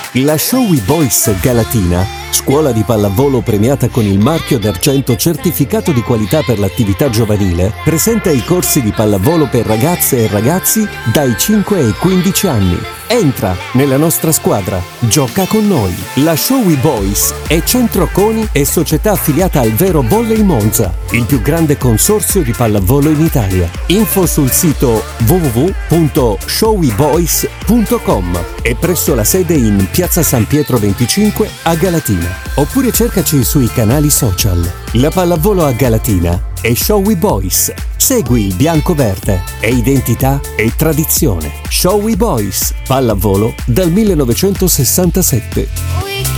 La Showy Boys Galatina, scuola di pallavolo premiata con il marchio d'argento certificato di qualità per l'attività giovanile, presenta i corsi di pallavolo per ragazze e ragazzi dai 5 ai 15 anni. Entra nella nostra squadra, gioca con noi. La Showy Boys è Centro Coni e società affiliata al Vero Volley Monza, il più grande consorzio di pallavolo in Italia. Info sul sito www.showyboys.com e presso la sede in Piazza San Pietro 25 a Galatina. Oppure cercaci sui canali social. La pallavolo a Galatina è Showy Boys. Segui il bianco-verde, è identità e tradizione. Showy Boys, pallavolo dal 1967.